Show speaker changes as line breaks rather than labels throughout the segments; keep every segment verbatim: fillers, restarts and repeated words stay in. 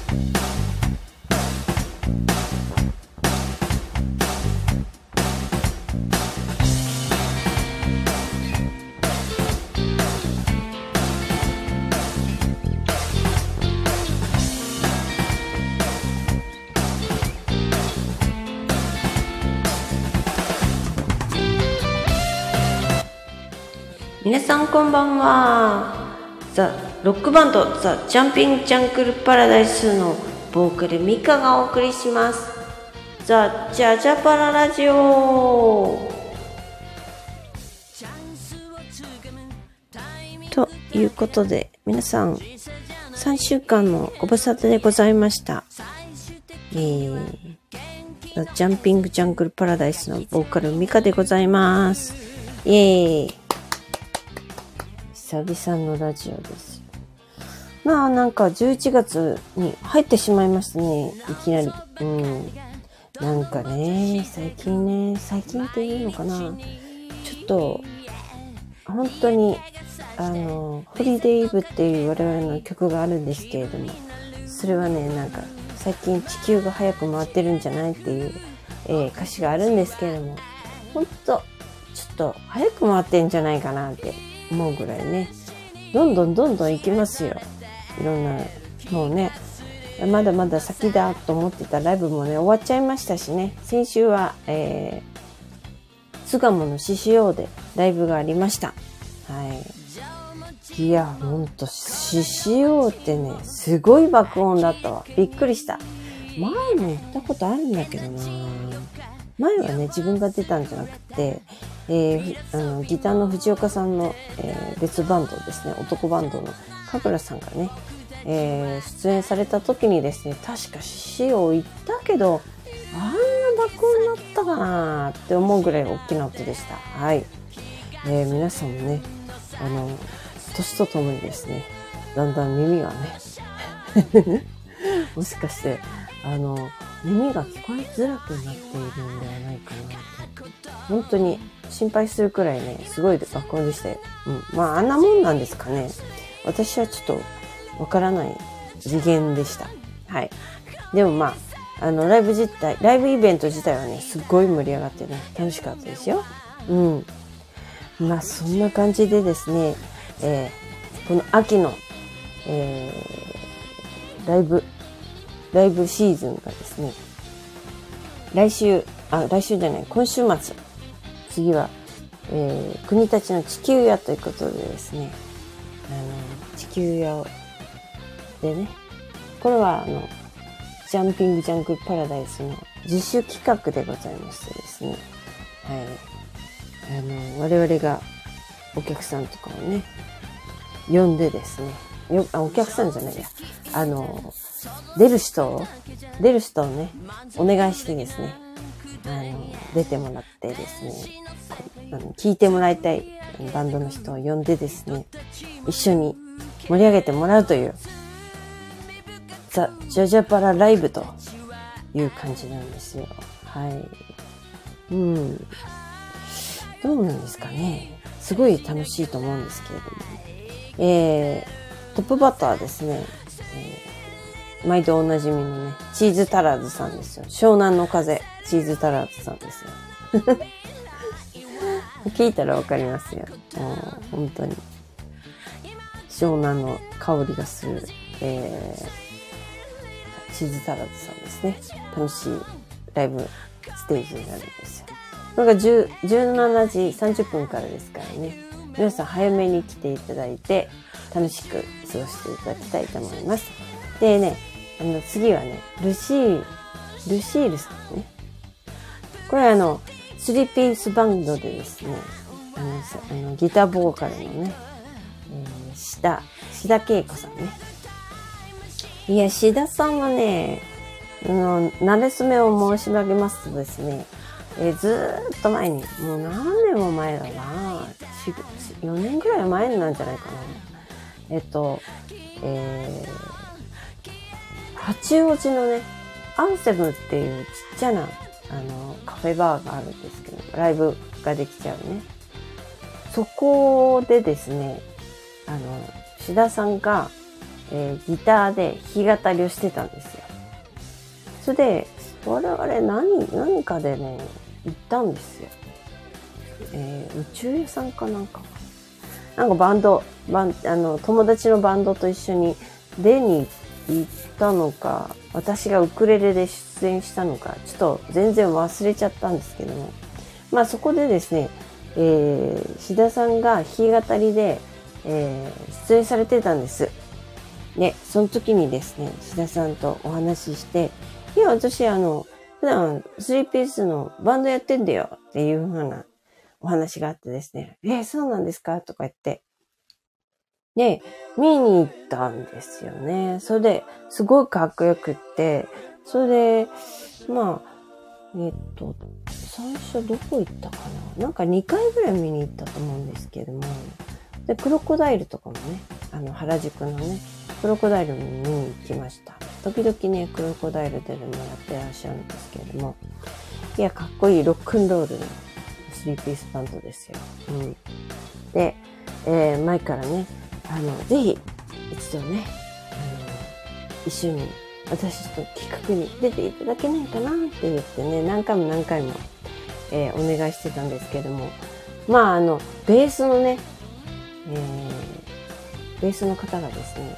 皆さんこんばんは。ザ・ロックバンドザ・ジャンピング・ジャングル・パラダイスのボーカルミカがお送りします。ザ・ジャジャパララジオということで、皆さんさんしゅうかんのご無沙汰でございました。えー、ザ・ジャンピング・ジャングル・パラダイスのボーカルミカでございます。イエーイ。久々のラジオです。まあなんかじゅういちがつに入ってしまいましたね。いきなり。うん。なんかね、最近ね、最近って言うのかな。ちょっと、本当に、あの、ホリデイイブっていう我々の曲があるんですけれども、それはね、なんか最近地球が早く回ってるんじゃないっていう、えー、歌詞があるんですけれども、本当ちょっと早く回ってんじゃないかなって思うぐらいね、どんどんどんどん行きますよ。いろんな、もうね、まだまだ先だと思ってたライブもね、終わっちゃいましたしね。先週は、えー、巣鴨の獅子王でライブがありました。はい。いや、ほんと、獅子王ってね、すごい爆音だったわ。びっくりした。前も行ったことあるんだけどな。前はね、自分が出たんじゃなくて、えー、あのギターの藤岡さんの、えー、別バンドですね、男バンドの神楽さんがね、えー、出演された時にですね、確か獅子王行ったけど、あんな爆音だったかなって思うぐらい大きな音でした。はい。えー、皆さんもね、あの、年とともにですね、だんだん耳がね、もしかして、あの、耳が聞こえづらくなっているんではないかなって。本当に心配するくらいね、すごい爆音でしたよ。うん。まあ、あんなもんなんですかね。私はちょっとわからない次元でした。はい。でもまあ、あの、ライブ自体、ライブイベント自体はね、すっごい盛り上がってね、楽しかったですよ。うん。まあ、そんな感じでですね、えー、この秋の、えー、ライブ、ライブシーズンがですね、来週、あ、来週じゃない、今週末、次は、えー、国立の地球屋ということでですね、あの、地球屋でね、これはあの、ジャンピングジャングルパラダイスの自主企画でございましてですね、はい、あの、我々がお客さんとかをね、呼んでですね、よあお客さんじゃないや、あの、出る人を、出る人をね、お願いしてですね、あの、出てもらってですね、あの聞いてもらいたいバンドの人を呼んでですね、一緒に盛り上げてもらうという、ザ・ジャジャパラライブという感じなんですよ。はい。うん。どうなんですかね。すごい楽しいと思うんですけれども。えー、トップバッターはですね、えー、毎度おなじみのね、チーズタラーズさんですよ。湘南の風、チーズタラーズさんですよ。聞いたらわかりますよ。もう、本当に。湘南の香りがする、えー、チーズタラーズさんですね。楽しいライブステージになるんですよ。これがじゅう、じゅうしちじさんじゅっぷんからですからね。皆さん早めに来ていただいて、楽しく過ごしていただきたいと思います。でね、あの、次はね、ルシー、ルシールさんね。これはあの、スリーピースバンドでですね、あの、あのギターボーカルのね、えー、志田、志田恵子さんね。いや、志田さんはね、あの、慣れ初めを申し上げますとですね、えー、ずーっと前に、もう何年も前だな、よねんぐらい前なんじゃないかな。えっと、えー、八王子のね、アンセムっていうちっちゃな、あの、カフェバーがあるんですけど、ライブができちゃうね。そこでですね、あの、志田さんが、 えー、ギターで弾き語りをしてたんですよ。それで、我々何、何かでね、行ったんですよ。えー、宇宙屋さんかなんか。なんかバンド、バン、あの、友達のバンドと一緒に出に行ったのか、私がウクレレで出演したのか、ちょっと全然忘れちゃったんですけども。まあそこでですね、えー、志田さんが弾き語りで、えー、出演されてたんです。で、その時にですね、志田さんとお話しして、いや、私あの、普段スリーピースのバンドやってんだよっていうふうなお話があってですね、えー、そうなんですかとか言って。で、見に行ったんですよね。それで、すごいかっこよくって、それで、まあ、えっと、最初どこ行ったかな？なんかにかいぐらい見に行ったと思うんですけれども、で、クロコダイルとかもね、あの、原宿のね、クロコダイルに見に行きました。時々ね、クロコダイルでもやってらっしゃるんですけれども、いや、かっこいいロックンロールのスリーピースバンドですよ。うん。で、えー、前からね、あの、ぜひ、一度ね、あの、一緒に私と企画に出ていただけないかなって言ってね、何回も何回も、えー、お願いしてたんですけども、まあ、あの、ベースのね、えー、ベースの方がですね、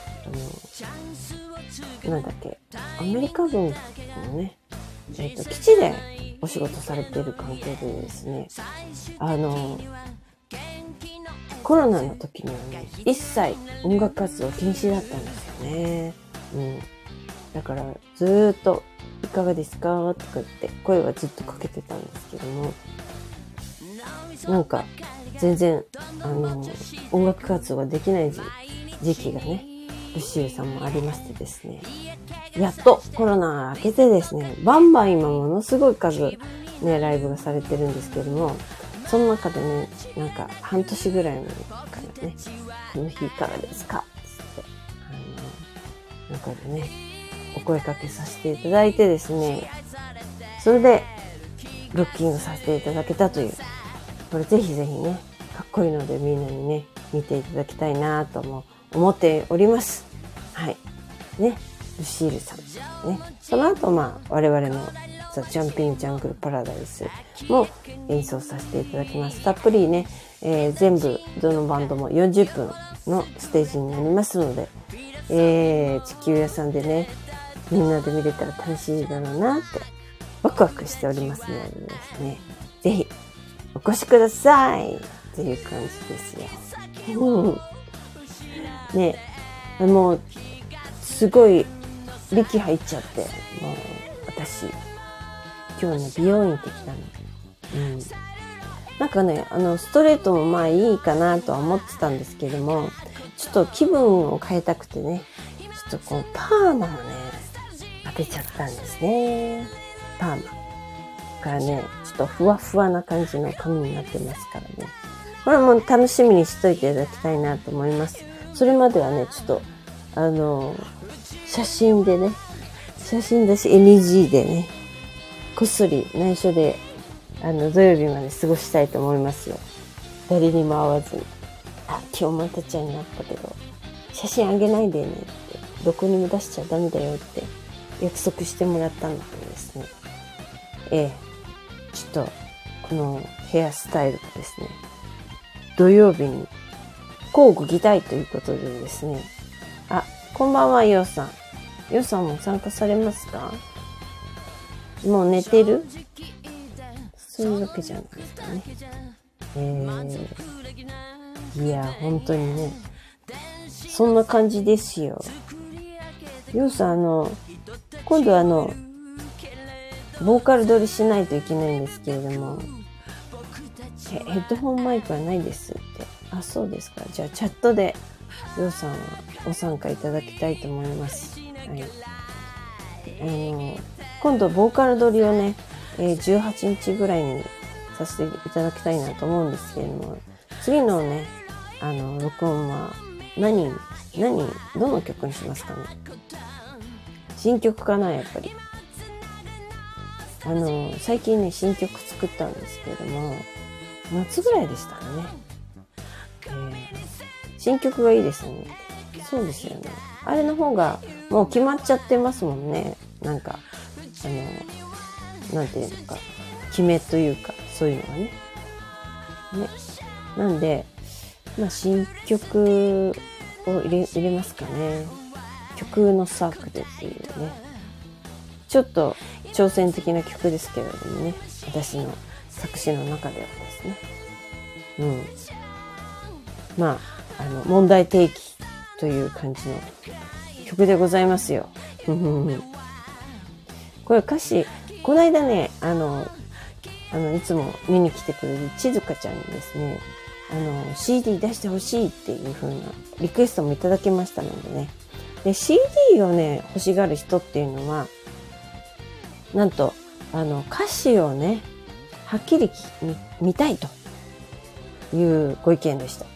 あの、なんだっけ、アメリカ軍のね、えっと、基地でお仕事されている関係でですね、あの、コロナの時にはね、一切音楽活動禁止だったんですよね。うん。だから、ずーっと、いかがですかとか言って声はずっとかけてたんですけども、なんか、全然、あの、音楽活動ができない時期がね、ルシエルさんもありましてですね、やっとコロナ明けてですね、バンバン今ものすごい数、ね、ライブがされてるんですけども、その中でね、なんか半年ぐらい前からね、この日いかがですかつって、あの、中でね、お声かけさせていただいてですね、それで、ブッキングさせていただけたという、これぜひぜひね、かっこいいのでみんなにね、見ていただきたいなとも思っております。はい。ね、ルシールさん。ね。その後、まあ、我々のザ・ジャンピング・ジャングル・パラダイスも演奏させていただきます。たっぷりね、えー、全部、どのバンドもよんじゅっぷんのステージになりますので、えー、地球屋さんでね、みんなで見れたら楽しいだろうなって、ワクワクしておりますのでですね、ぜひ、お越しくださいっていう感じですよ。うん、ね、もう、すごい、力入っちゃって、もう、私、今日ね、美容院行ってきたの。うん。なんかね、あの、ストレートもまあいいかなとは思ってたんですけども、ちょっと気分を変えたくてね、ちょっとこう、パーマをね、当てちゃったんですね。パーマ。だからね、ちょっとふわふわな感じの髪になってますからね。これも楽しみにしといていただきたいなと思います。それまではね、ちょっと、あの、写真でね、写真だし エヌジー でね、こっそり内緒で、あの、土曜日まで過ごしたいと思いますよ。誰にも会わずに。あ、今日もたちゃんになったけど、写真あげないでねって、どこにも出しちゃダメだよって約束してもらったのでですね。ええ、ちょっと、このヘアスタイルがですね、土曜日に交互期待ということでですね。あ、こんばんは、ようさん。ようさんも参加されますか？もう寝てる？そういうわけじゃないですかね。えー、いや、本当にね、そんな感じですよ。ようさん、あの、今度あの、ボーカル撮りしないといけないんですけれども、ヘッドホンマイクはないですって。あ、そうですか。じゃあチャットで、ようさんはご参加いただきたいと思います。はい。あの、今度ボーカル撮りをね、えー、じゅうはちにちぐらいにさせていただきたいなと思うんですけれども、次のね、あの、録音は何、何、どの曲にしますかね。新曲かな、やっぱり。あの、最近ね、新曲作ったんですけれども、夏ぐらいでしたかね。えー、新曲がいいですね。 そうですよね。あれの方がもう決まっちゃってますもんね。なんか、あの、なんていうのか、決めというか、そういうのがね。ね。なんで、まあ、新曲を入れ、入れますかね。曲のサークルっていうね。ちょっと挑戦的な曲ですけれどもね。私の作詞の中ではですね。うん。まあ、あの、問題提起という感じの曲でございますよ。これ歌詞、この間ね、あの、あの、いつも見に来てくれるちずかちゃんにですね、あの、シーディー 出してほしいっていう風なリクエストもいただきましたのでね。で、シーディー をね、欲しがる人っていうのは、なんと、あの、歌詞をね、はっきり見、見たいというご意見でした。はい。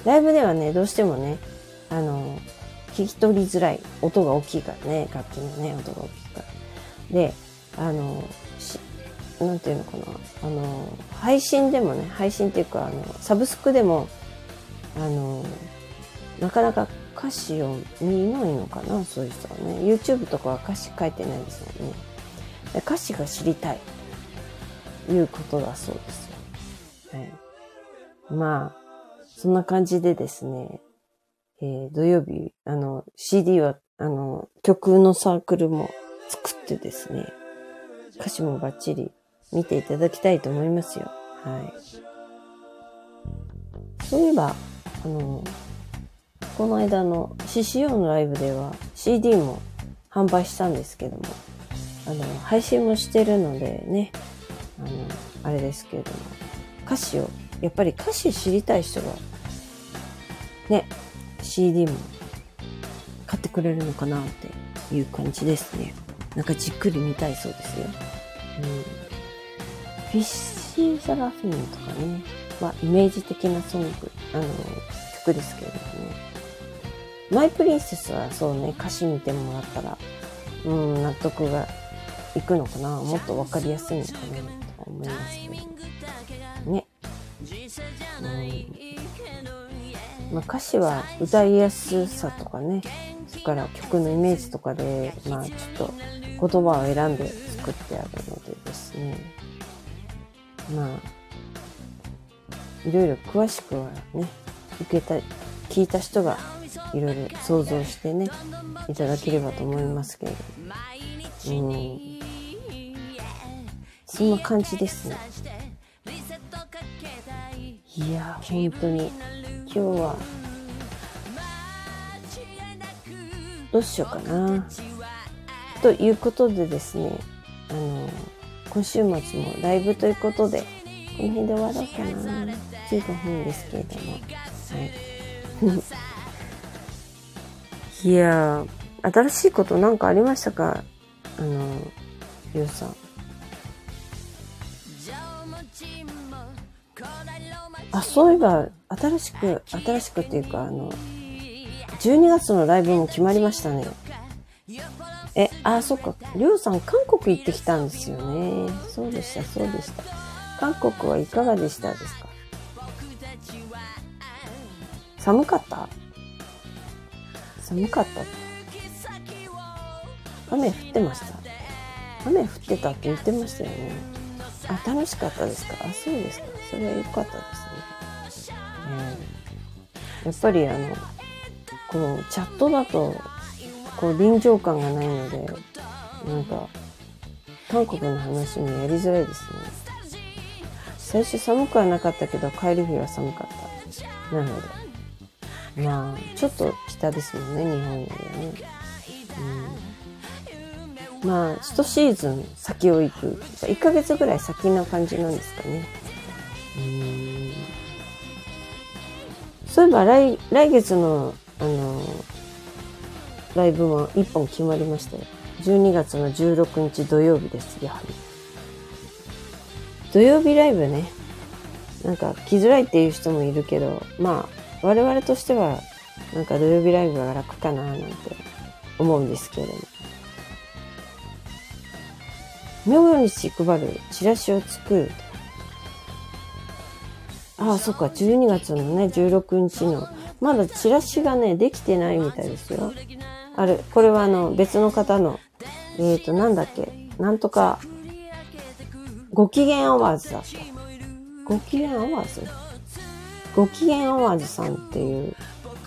ライブではね、どうしてもね、あの、聞き取りづらい。音が大きいからね、楽器のね、音が大きいから。で、あの、なんていうのかな、あの、配信でもね、配信っていうか、あの、サブスクでも、あの、なかなか歌詞を見ないのかな、そういう人はね。YouTube とかは歌詞書いてないですもんね。歌詞が知りたい。いうことだそうですよ。はい。まあ、そんな感じでですね、えー、土曜日、あの、シーディー は、あの、曲のサークルも作ってですね、歌詞もバッチリ見ていただきたいと思いますよ。はい。そういえば、あの、この間の シーシーオー のライブでは シーディー も販売したんですけども、あの、配信もしてるのでね、あの、あれですけれども、歌詞を、やっぱり歌詞知りたい人が、ね、シーディー も買ってくれるのかなっていう感じですね。なんかじっくり見たいそうですよ。うん、フィッシー・ザ・ラフィンとかね、はイメージ的なソング、あの、曲ですけれどもね。マイ・プリンセスはそうね、歌詞見てもらったら、うん、納得がいくのかな、もっとわかりやすいのかなと思いますけどね。うん、まあ、歌詞は歌いやすさとかね、それから曲のイメージとかで、まあちょっと言葉を選んで作ってあるのでですね。まあ、いろいろ詳しくはね、受けた、聞いた人がいろいろ想像してね、いただければと思いますけれども。うん。そんな感じですね。いや、本当に、今日は、どうしようかな。ということでですね、あの、今週末もライブということで、この辺で終わろうかな。じゅうごふんですけれども。はい。いやー、新しいことなんかありましたか？あの、りょうさん。あ、そういえば、新しく、新しくっていうか、あの、じゅうにがつのライブも決まりましたね。え、あ、そっか。りょうさん、韓国行ってきたんですよね。そうでした、そうでした。韓国はいかがでしたですか？寒かった？寒かった？雨降ってました？雨降ってたって言ってましたよね。あ、楽しかったですか？あ、そうですか。それは良かったですね。うん、やっぱりあの、このチャットだと、こう臨場感がないので、なんか、韓国の話もやりづらいですね。最初寒くはなかったけど、帰り日は寒かった。なので。まあ、ちょっと北ですもんね、日本よりはね。うん、まあ、一シーズン先を行く。いっかげつぐらい先な感じなんですかね。うん、そういえば来、来月の、あの、ライブもいっぽん決まりましたよ。じゅうにがつのじゅうろくにち土曜日です、やはり。土曜日ライブね。なんか来づらいっていう人もいるけど、まあ、我々としては、なんか土曜日ライブが楽かななんて思うんですけれども。明日配るチラシを作る。ああ、そっか、じゅうにがつのね、じゅうろくにちのまだチラシがね、できてないみたいですよ。あれ、これはあの、別の方の、えーと、なんだっけ、なんとか、ご機嫌アワーズだった。ご機嫌アワーズご機嫌アワーズさんっていう、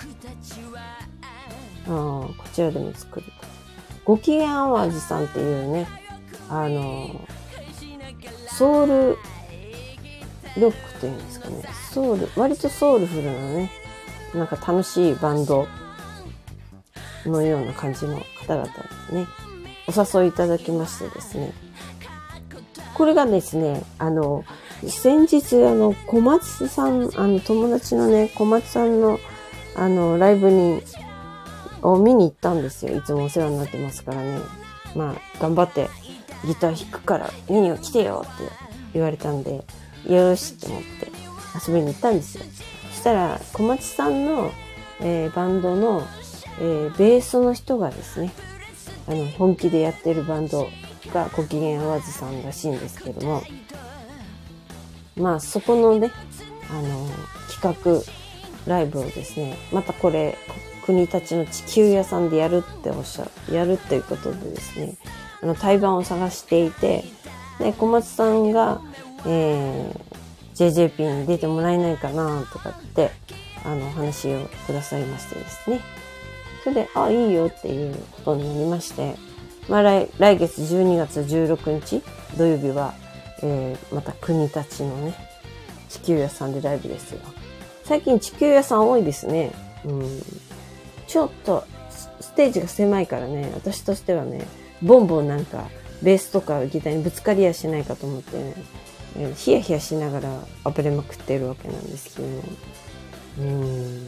あこちらでも作ると。ご機嫌アワーズさんっていうね、あの、ソウルロックっていうんですかね。ソウル、割とソウルフルなね、なんか楽しいバンドのような感じの方々にね、お誘いいただきましてですね。これがですね、あの、先日、あの、小松さん、あの、友達のね、小松さんの、あの、ライブに、を見に行ったんですよ。いつもお世話になってますからね。まあ、頑張ってギター弾くから見に来てよって言われたんで、よーしって思って遊びに行ったんですよ。そしたら、小松さんの、えー、バンドの、えー、ベースの人がですね、あの、本気でやってるバンドがご機嫌アワーズさんらしいんですけども、まあ、そこのね、あの、企画ライブをですね、またこれ、国立の地球屋さんでやるっておっしゃる、やるということでですね、あの、対バンを探していて、で、小松さんが、えー、ジェイジェーピー に出てもらえないかなとかって、あの、話をくださいましてですね。それで、あ、いいよっていうことになりまして、まあ、来、来月じゅうにがつじゅうろくにち土曜日は、えー、また国立のね、地球屋さんでライブですよ。最近地球屋さん多いですね。うん。ちょっと、ステージが狭いからね、私としてはね、ボンボンなんか、ベースとかギターにぶつかりやしないかと思ってね、えー、ヒヤヒヤしながら暴れまくってるわけなんですけども。うん。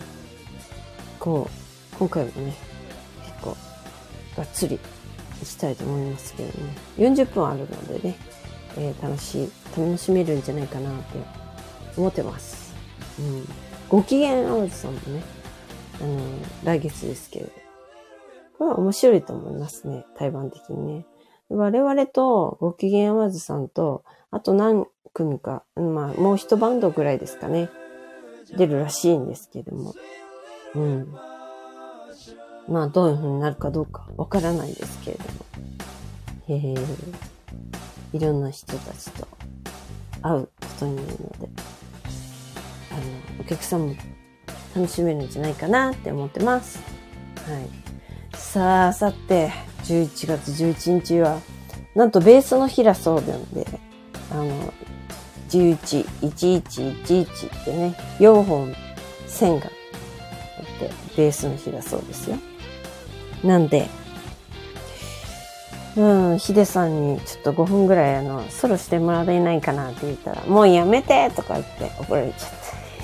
こう、今回もね、結構、がっつり行きたいと思いますけどね。よんじゅっぷんあるのでね、えー、楽しい、楽しめるんじゃないかなって思ってます。うん。ご機嫌アワーズさんもね、あの、来月ですけれど。これは面白いと思いますね。対バン的にね。我々とご機嫌アワーズさんと、あと何組か、まあもう一バンドぐらいですかね。出るらしいんですけども。うん。まあどういう風になるかどうかわからないですけれども。へえ。いろんな人たちと会うことになるので、あの、お客さんも楽しめるんじゃないかなって思ってます。はい。さあ、さて、じゅういちがつじゅういちにちは、なんとベースの日だそうなんで、あの、じゅういち、いちいちいちいちってね、よんほん線があって、ベースの日だそうですよ。なんで、うん、ヒデさんにちょっとごふんぐらいあの、ソロしてもらえないかなって言ったら、もうやめてとか言って怒られちゃって。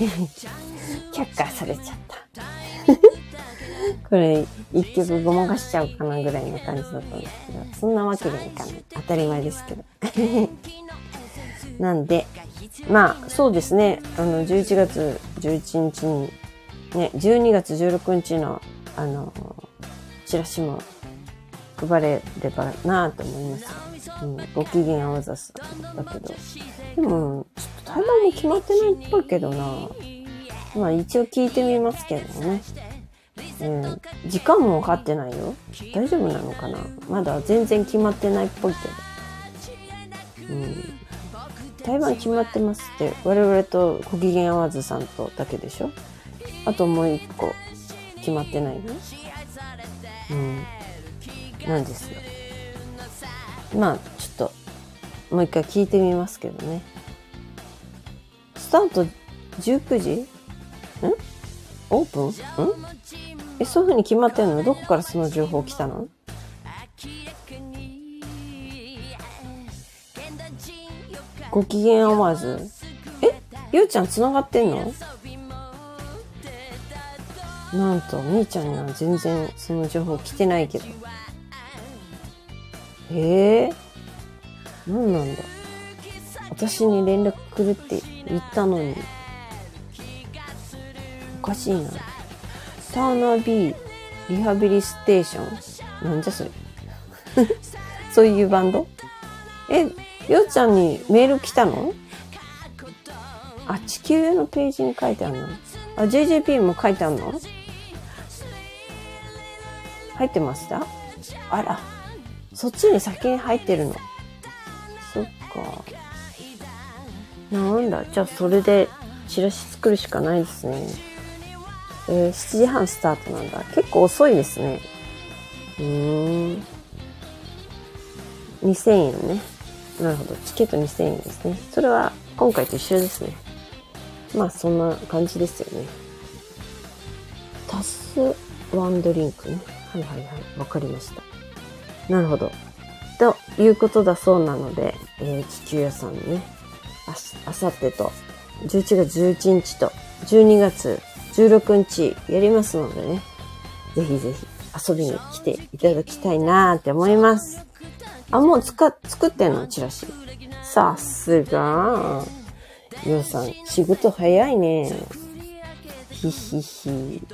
却下されちゃった。これ、一曲ごまかしちゃうかなぐらいの感じだったんですけど、そんなわけにはいかない。当たり前ですけど。なんで、まあ、そうですね。あの、じゅういちがつじゅういちにちに、ね、じゅうにがつじゅうろくにちの、あの、チラシも配れればなぁと思います。うん、ご機嫌アワーズだけど。でも、ちょっと対バンも決まってないっぽいけどな。まあ一応聞いてみますけどね。うん、時間も分かってないよ。大丈夫なのかな。まだ全然決まってないっぽいけど。うん。対バン決まってますって、我々とご機嫌アワーズさんとだけでしょ。あともう一個決まってないの。うん。なんですよ。まあちょっともう一回聞いてみますけどね。スタートじゅうくじ？ん？オープン？ん？え、そういう風に決まってんの？どこからその情報来たの？ご機嫌アワーズ？え？ゆうちゃん繋がってんの？なんと、みーちゃんには全然その情報来てないけど。えー、なんなんだ。私に連絡来るって言ったのに。おかしいな。ターナー B リハビリステーション？なんじゃそれ。そういうバンド？え、ようちゃんにメール来たの？あ、地球のページに書いてあるの。 あ、ジェイジェーピー も書いてあるの？入ってました？あら、そっちに先に入ってるの。そっか。なんだ、じゃあそれでチラシ作るしかないですね。えー、しちじはんスタートなんだ。結構遅いですね。うーん。にせんえんね。なるほど。チケットにせんえんですね。それは今回と一緒ですね。まあそんな感じですよね。タスワンドリンクね。はいはいはい。わかりました。なるほど。ということだそうなので、えー、地球屋さんね、あ, あさってと、じゅういちがつじゅういちにちと、じゅうにがつじゅうろくにちやりますのでね、ぜひぜひ遊びに来ていただきたいなーって思います。あ、もうつか、作ってんの？チラシ。さすがー。ようさん、仕事早いね。ひひひ。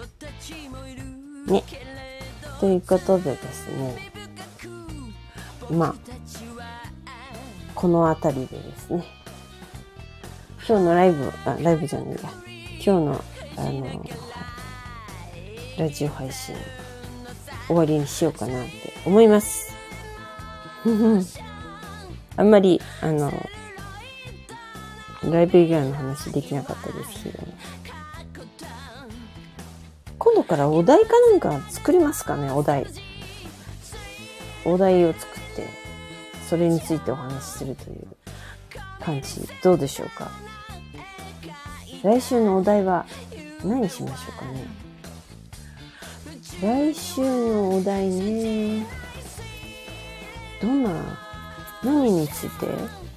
ね。ということでですね。まあ、このあたりでですね。今日のライブ、あ、ライブじゃないや。今日の、あの、ラジオ配信、終わりにしようかなって思います。あんまり、あの、ライブ以外の話できなかったですけど、ね、今度からお題かなんか作りますかね、お題。お題を作って、それについてお話しするという感じ、どうでしょうか。来週のお題は何しましょうかね。来週のお題ね。どんな、何について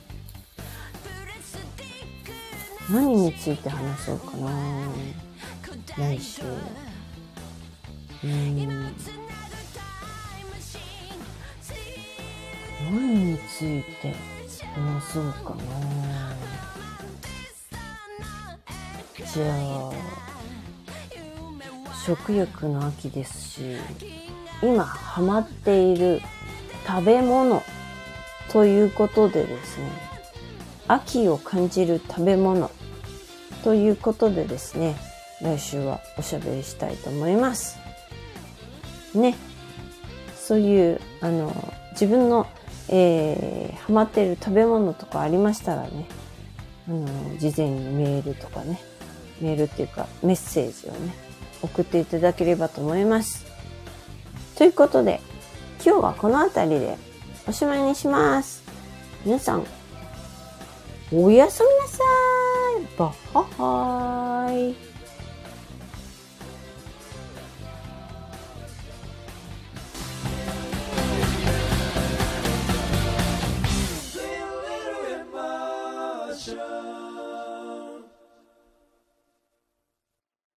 何について話そうかな。来週。うーん。何について話そうかな。じゃあ、食欲の秋ですし、今ハマっている食べ物ということでですね、秋を感じる食べ物ということでですね、来週はおしゃべりしたいと思います。ね。そういう、あの、自分の、えー、ハマっている食べ物とかありましたらね、あの、事前にメールとかね、メールっていうかメッセージをね、送っていただければと思います。ということで、今日はこの辺りでおしまいにします。皆さん、おやすみなさい。バッハハーイ。Sure.